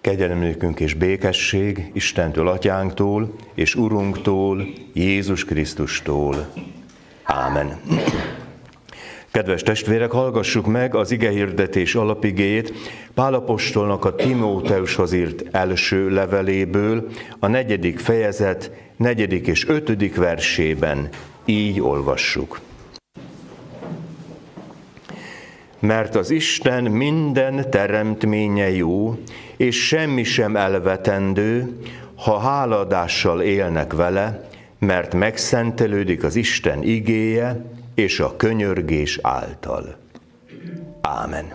Kegyelmünk és békesség Istentől, Atyánktól és Urunktól, Jézus Krisztustól. Ámen. Kedves testvérek, hallgassuk meg az igehirdetés alapigéjét Pál apostolnak a Timóteushoz írt első leveléből, a 4. fejezet 4. és 5. versében. Így olvassuk. Mert az Isten minden teremtménye jó, és semmi sem elvetendő, ha hálaadással élnek vele, mert megszentelődik az Isten igéje és a könyörgés által. Ámen.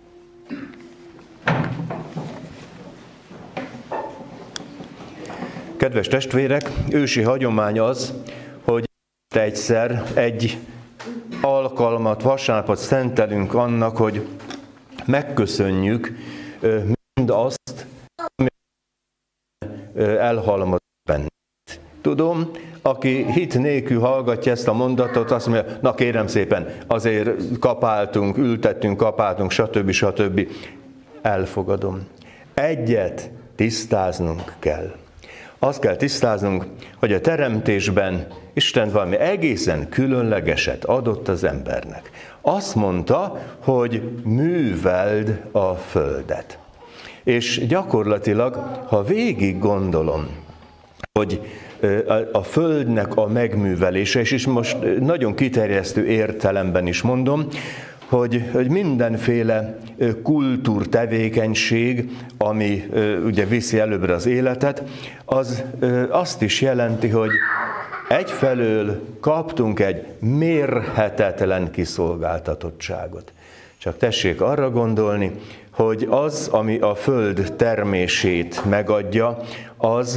Kedves testvérek, ősi hagyomány az, hogy egyszer egy alkalmat, vasárnapot szentelünk annak, hogy megköszönjük mindazt, ami elhalmozott bennünk. Tudom, aki hit nélkül hallgatja ezt a mondatot, azt mondja, na kérem szépen, azért kapáltunk, ültettünk, kapáltunk, stb. Elfogadom. Egyet tisztáznunk kell. Azt kell tisztáznunk, hogy a teremtésben Isten valami egészen különlegeset adott az embernek. Azt mondta, hogy műveld a földet. És gyakorlatilag, ha végig gondolom, hogy a földnek a megművelése, és most nagyon kiterjesztő értelemben is mondom, hogy mindenféle kultúrtevékenység, ami ugye viszi előbbre az életet, az azt is jelenti, hogy egyfelől kaptunk egy mérhetetlen kiszolgáltatottságot. Csak tessék arra gondolni, hogy az, ami a föld termését megadja, az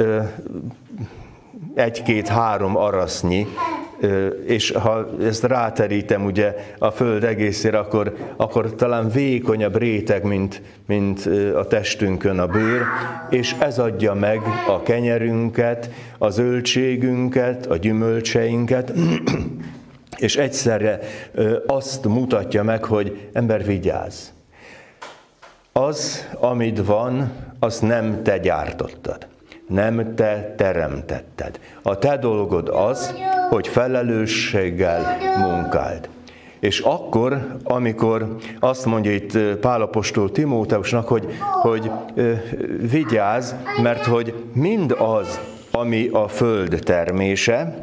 1-2-3 arasznyi, és ha ezt ráterítem ugye a föld egészére, akkor talán vékonyabb réteg, mint a testünkön a bőr, és ez adja meg a kenyerünket, a zöldségünket, a gyümölcseinket, és egyszerre azt mutatja meg, hogy ember, vigyázz. Az, amit van, azt nem te gyártottad. Nem te teremtetted. A te dolgod az, hogy felelősséggel munkáld. És akkor, amikor azt mondja itt Pál apostol Timóteusnak, hogy vigyázz, mert hogy mindaz, ami a föld termése,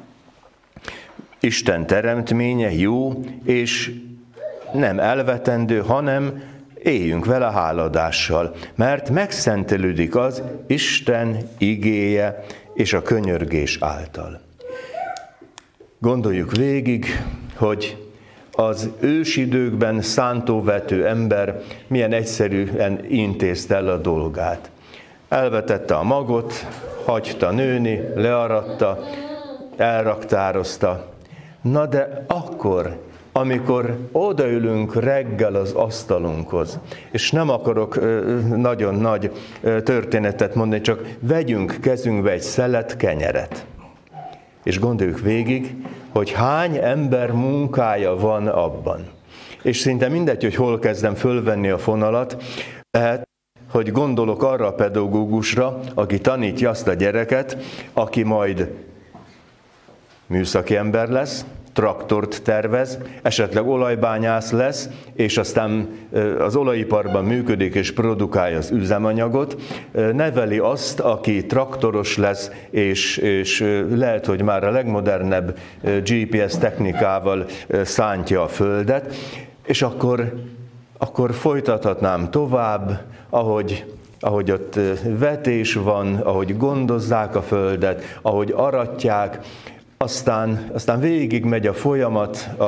Isten teremtménye jó, és nem elvetendő, hanem éljünk vele háladással, mert megszentelődik az Isten igéje és a könyörgés által. Gondoljuk végig, hogy az ősidőkben szántóvető ember milyen egyszerűen intézte el a dolgát. Elvetette a magot, hagyta nőni, learatta, elraktározta. Na de akkor, amikor odaülünk reggel az asztalunkhoz, és nem akarok nagyon nagy történetet mondani, csak vegyünk kezünkbe egy szelet kenyeret, és gondoljuk végig, hogy hány ember munkája van abban. És szinte mindegy, hogy hol kezdem fölvenni a fonalat, lehet, hogy gondolok arra a pedagógusra, aki tanítja azt a gyereket, aki majd műszaki ember lesz, traktort tervez, esetleg olajbányász lesz, és aztán az olajiparban működik és produkálja az üzemanyagot, neveli azt, aki traktoros lesz, és lehet, hogy már a legmodernebb GPS technikával szántja a földet, és akkor folytathatnám tovább, ahogy ott vetés van, ahogy gondozzák a földet, ahogy aratják, aztán végig megy a folyamat a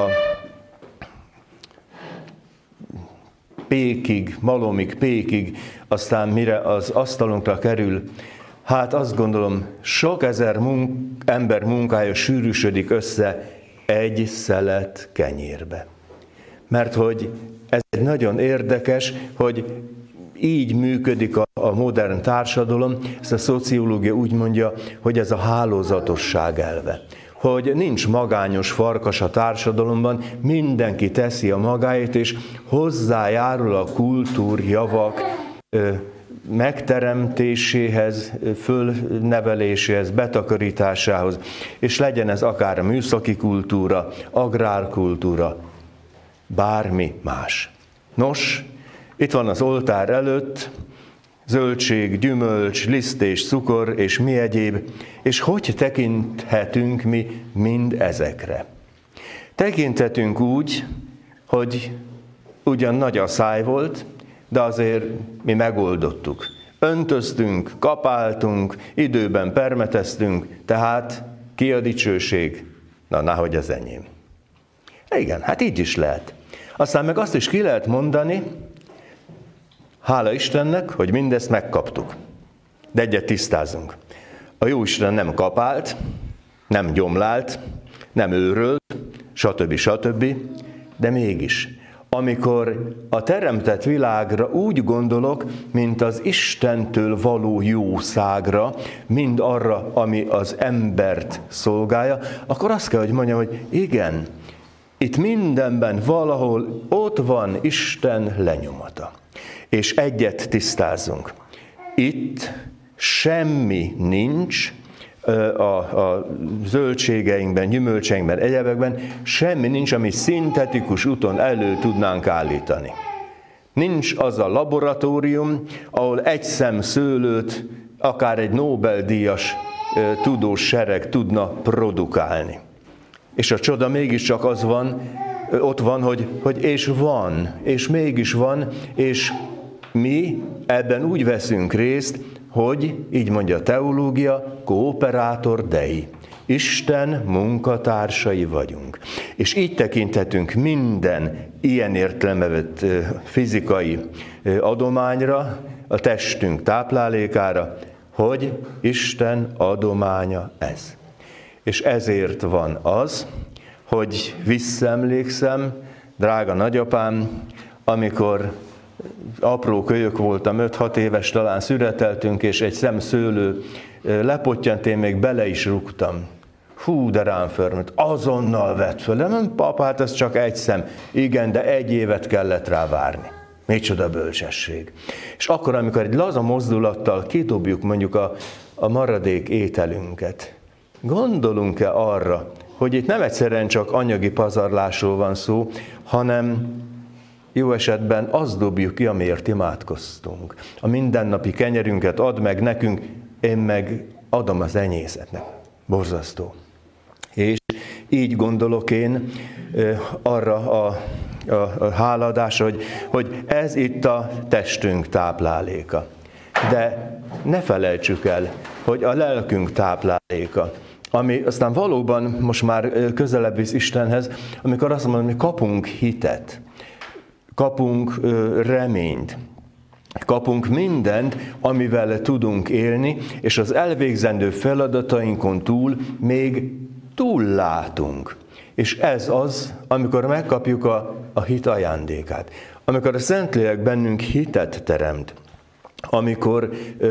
pékig, malomig, pékig, aztán mire az asztalunkra kerül, hát azt gondolom, sok ezer ember munkája sűrűsödik össze egy szelet kenyérbe. Mert hogy ez nagyon érdekes, hogy így működik a modern társadalom, ezt a szociológia úgy mondja, hogy ez a hálózatosság elve. Hogy nincs magányos farkas a társadalomban, mindenki teszi a magáét, és hozzájárul a kultúrjavak megteremtéséhez, fölneveléséhez, betakarításához, és legyen ez akár a műszaki kultúra, agrárkultúra, bármi más. Nos, itt van az oltár előtt, zöldség, gyümölcs, liszt és cukor, és mi egyéb, és hogy tekinthetünk mi mind ezekre? Tekinthetünk úgy, hogy ugyan nagy a száj volt, de azért mi megoldottuk. Öntöztünk, kapáltunk, időben permeteztünk, tehát ki a dicsőség? Na, náhogy az enyém. Igen, hát így is lehet. Aztán meg azt is ki lehet mondani, hála Istennek, hogy mindezt megkaptuk. De egyet tisztázunk. A Jóisten nem kapált, nem gyomlált, nem őrölt, stb. De mégis, amikor a teremtett világra úgy gondolok, mint az Istentől való jószágra, mind arra, ami az embert szolgálja, akkor azt kell, hogy mondjam, hogy igen, itt mindenben valahol ott van Isten lenyomata. És egyet tisztázzunk. Itt semmi nincs a zöldségeinkben, gyümölcseinkben, egyebekben, semmi nincs, ami szintetikus úton elő tudnánk állítani. Nincs az a laboratórium, ahol egy szem szőlőt akár egy Nobel-díjas tudós sereg tudna produkálni. És a csoda mégiscsak az van, ott van, hogy és van, és mégis van, és mi ebben úgy veszünk részt, hogy, így mondja a teológia, kooperátor dei. Isten munkatársai vagyunk. És így tekinthetünk minden ilyen értelembe vett fizikai adományra, a testünk táplálékára, hogy Isten adománya ez. És ezért van az, hogy visszaemlékszem, drága nagyapám, amikor apró kölyök voltam, 5-6 éves, talán szüreteltünk, és egy szem szőlő lepottyant, én még bele is rúgtam. Hú, de rám förmött, azonnal vett föl. Nem, papa, hát ez csak egy szem. Igen, de 1 évet kellett rá várni. Micsoda bölcsesség. És akkor, amikor egy laza mozdulattal kidobjuk mondjuk a maradék ételünket, gondolunk-e arra, hogy itt nem egyszerűen csak anyagi pazarlásról van szó, hanem jó esetben azt dobjuk ki, amiért imádkoztunk. A mindennapi kenyerünket add meg nekünk, én meg adom az enyészetnek. Borzasztó. És így gondolok én arra a hálaadásra, hogy ez itt a testünk tápláléka. De ne felejtsük el, hogy a lelkünk tápláléka, ami aztán valóban most már közelebb visz Istenhez, amikor azt mondom, hogy kapunk hitet, kapunk reményt, kapunk mindent, amivel tudunk élni, és az elvégzendő feladatainkon túl még túllátunk. És ez az, amikor megkapjuk a hit ajándékát. Amikor a Szentlélek bennünk hitet teremt, amikor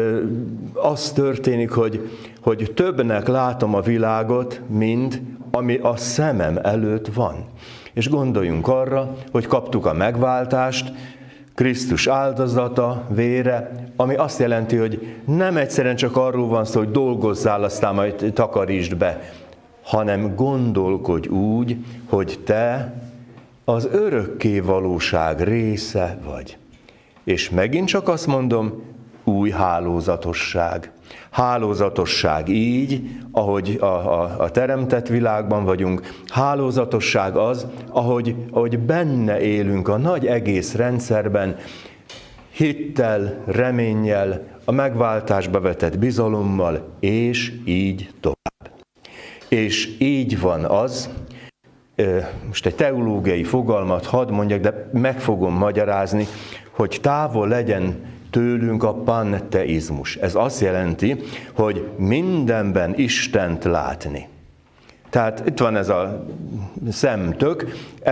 az történik, hogy többnek látom a világot, mint ami a szemem előtt van. És gondoljunk arra, hogy kaptuk a megváltást, Krisztus áldozata, vére, ami azt jelenti, hogy nem egyszerűen csak arról van szó, hogy dolgozzál, aztán majd takarítsd be, hanem gondolkodj úgy, hogy te az örökké valóság része vagy. És megint csak azt mondom, új hálózatosság. Hálózatosság így, ahogy a teremtett világban vagyunk. Hálózatosság az, ahogy benne élünk a nagy egész rendszerben, hittel, reménnyel, a megváltásba vetett bizalommal, és így tovább. És így van az, most egy teológiai fogalmat hadd mondjak, de meg fogom magyarázni, hogy távol legyen tőlünk a panteizmus. Ez azt jelenti, hogy mindenben Istent látni. Tehát itt van ez a szemtök,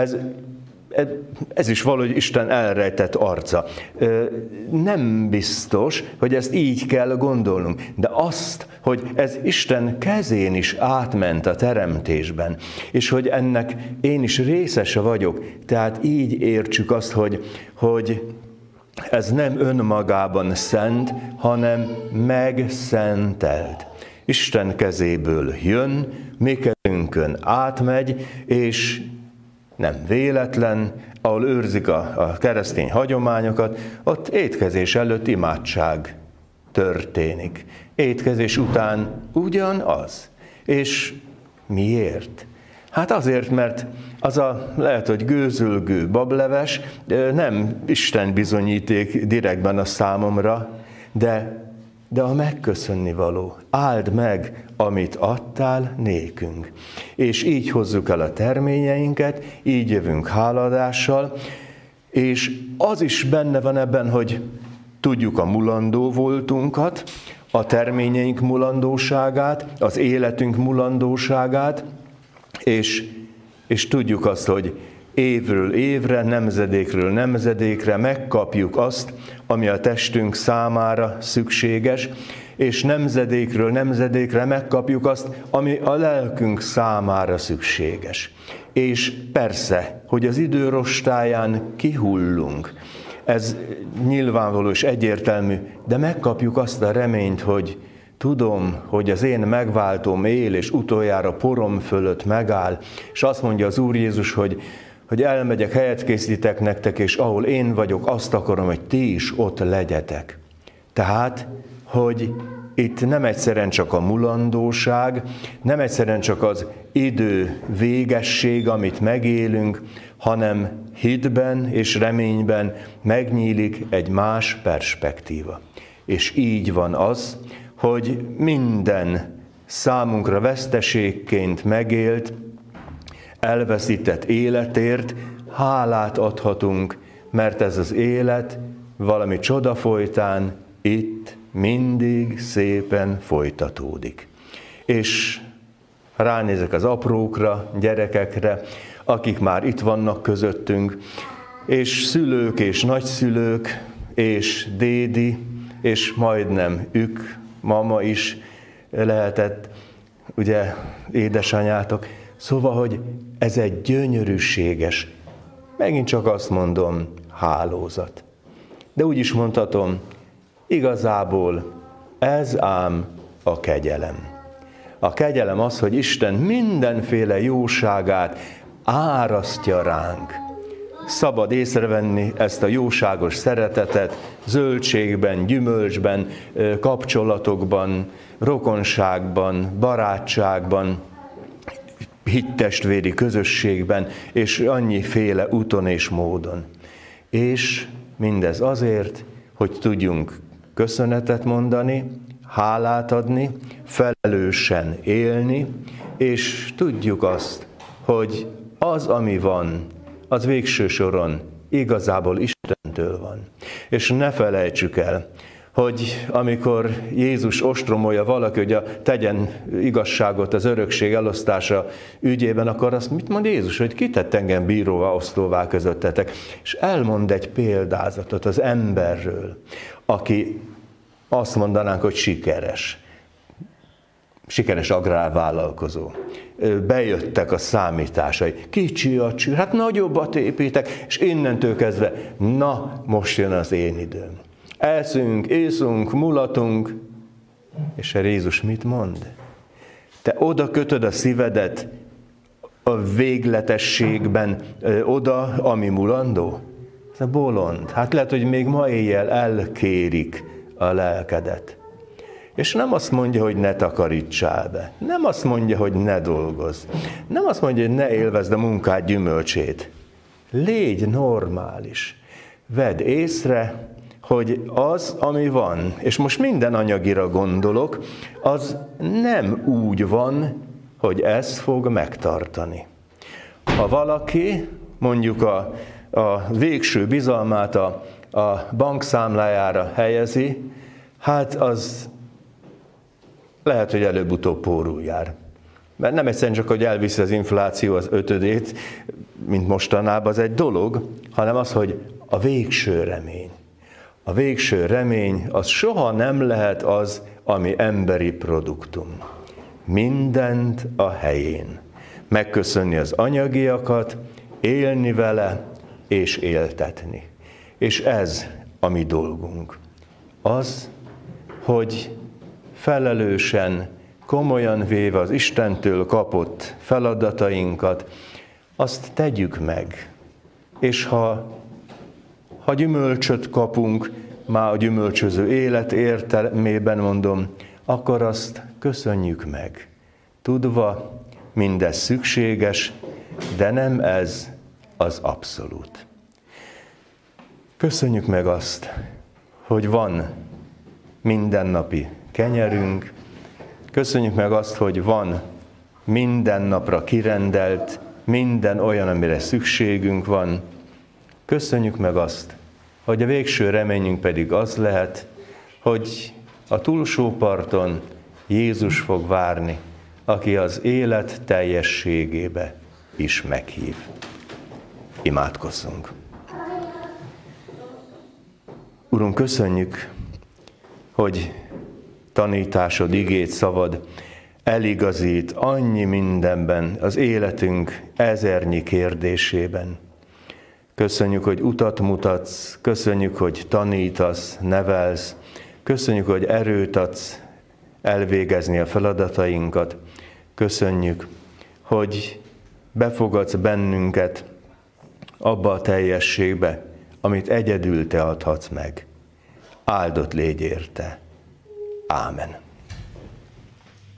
ez is valahogy Isten elrejtett arca. Nem biztos, hogy ezt így kell gondolnunk, de azt, hogy ez Isten kezén is átment a teremtésben, és hogy ennek én is részese vagyok, tehát így értsük azt, hogy ez nem önmagában szent, hanem megszentelt. Isten kezéből jön, mi kezünkön átmegy, és nem véletlen, ahol őrzik a keresztény hagyományokat, ott étkezés előtt imádság történik. Étkezés után ugyanaz. És miért? Hát azért, mert az lehet, hogy gőzölgő bableves nem Isten bizonyíték direktben a számomra, de a megköszönni való. Áld meg, amit adtál nékünk. És így hozzuk el a terményeinket, így jövünk háladással, és az is benne van ebben, hogy tudjuk a mulandó voltunkat, a terményeink mulandóságát, az életünk mulandóságát, és tudjuk azt, hogy évről évre, nemzedékről nemzedékre megkapjuk azt, ami a testünk számára szükséges, és nemzedékről nemzedékre megkapjuk azt, ami a lelkünk számára szükséges. És persze, hogy az idő rostáján kihullunk, ez nyilvánvaló és egyértelmű, de megkapjuk azt a reményt, hogy tudom, hogy az én megváltóm él, és utoljára porom fölött megáll, és azt mondja az Úr Jézus, hogy elmegyek, helyet készítek nektek, és ahol én vagyok, azt akarom, hogy ti is ott legyetek. Tehát, hogy itt nem egyszerűen csak a mulandóság, nem egyszerűen csak az idő végesség, amit megélünk, hanem hitben és reményben megnyílik egy más perspektíva. És így van az, hogy minden számunkra veszteségként megélt, elveszített életért hálát adhatunk, mert ez az élet valami csoda folytán itt mindig szépen folytatódik. És ránézek az aprókra, gyerekekre, akik már itt vannak közöttünk, és szülők és nagyszülők, és dédi, és majdnem mama is lehetett, ugye, édesanyátok. Szóval, hogy ez egy gyönyörűséges, megint csak azt mondom, hálózat. De úgy is mondhatom, igazából ez ám a kegyelem. A kegyelem az, hogy Isten mindenféle jóságát árasztja ránk. Szabad észrevenni ezt a jóságos szeretetet zöldségben, gyümölcsben, kapcsolatokban, rokonságban, barátságban, hittestvéri közösségben, és annyiféle úton és módon. És mindez azért, hogy tudjunk köszönetet mondani, hálát adni, felelősen élni, és tudjuk azt, hogy az, ami van, az végső soron igazából Istentől van. És ne felejtsük el, hogy amikor Jézus ostromolja valaki, hogy tegyen igazságot az örökség elosztása ügyében, akkor azt mit mond Jézus, hogy ki tett engem bíróvá, osztóvá közöttetek? És elmond egy példázatot az emberről, aki azt mondanánk, hogy sikeres agrárvállalkozó. Bejöttek a számításai. Kicsi a cső, hát nagyobbat építek, és innentől kezdve, na, most jön az én időm. Eszünk, iszunk, mulatunk, és Jézus mit mond? Te oda kötöd a szívedet a végletességben, oda, ami mulandó? Ez bolond. Hát lehet, hogy még ma éjjel elkérik a lelkedet. És nem azt mondja, hogy ne takarítsál be. Nem azt mondja, hogy ne dolgozz. Nem azt mondja, hogy ne élvezd a munkád gyümölcsét. Légy normális. Vedd észre, hogy az, ami van, és most minden anyagira gondolok, az nem úgy van, hogy ez fog megtartani. Ha valaki mondjuk a végső bizalmát a bankszámlájára helyezi, hát az lehet, hogy előbb-utóbb pórul jár. Mert nem egyszerűen csak, hogy elviszi az infláció az 5-ét, mint mostanában, az egy dolog, hanem az, hogy a végső remény. A végső remény az soha nem lehet az, ami emberi produktum. Mindent a helyén. Megköszönni az anyagiakat, élni vele és éltetni. És ez a mi dolgunk. Az, hogy felelősen, komolyan véve az Istentől kapott feladatainkat, azt tegyük meg. És ha gyümölcsöt kapunk, már a gyümölcsöző élet értelmében mondom, akkor azt köszönjük meg. Tudva, mindez szükséges, de nem ez az abszolút. Köszönjük meg azt, hogy van mindennapi kenyerünk, köszönjük meg azt, hogy van minden napra kirendelt, minden olyan, amire szükségünk van. Köszönjük meg azt, hogy a végső reményünk pedig az lehet, hogy a túlsó parton Jézus fog várni, aki az élet teljességébe is meghív. Imádkozzunk! Urunk, köszönjük, hogy tanításod, igéd, szavad eligazít annyi mindenben, az életünk ezernyi kérdésében. Köszönjük, hogy utat mutatsz, köszönjük, hogy tanítasz, nevelsz, köszönjük, hogy erőt adsz elvégezni a feladatainkat. Köszönjük, hogy befogadsz bennünket abba a teljességbe, amit egyedül te adhatsz meg. Áldott légy érte. Ámen.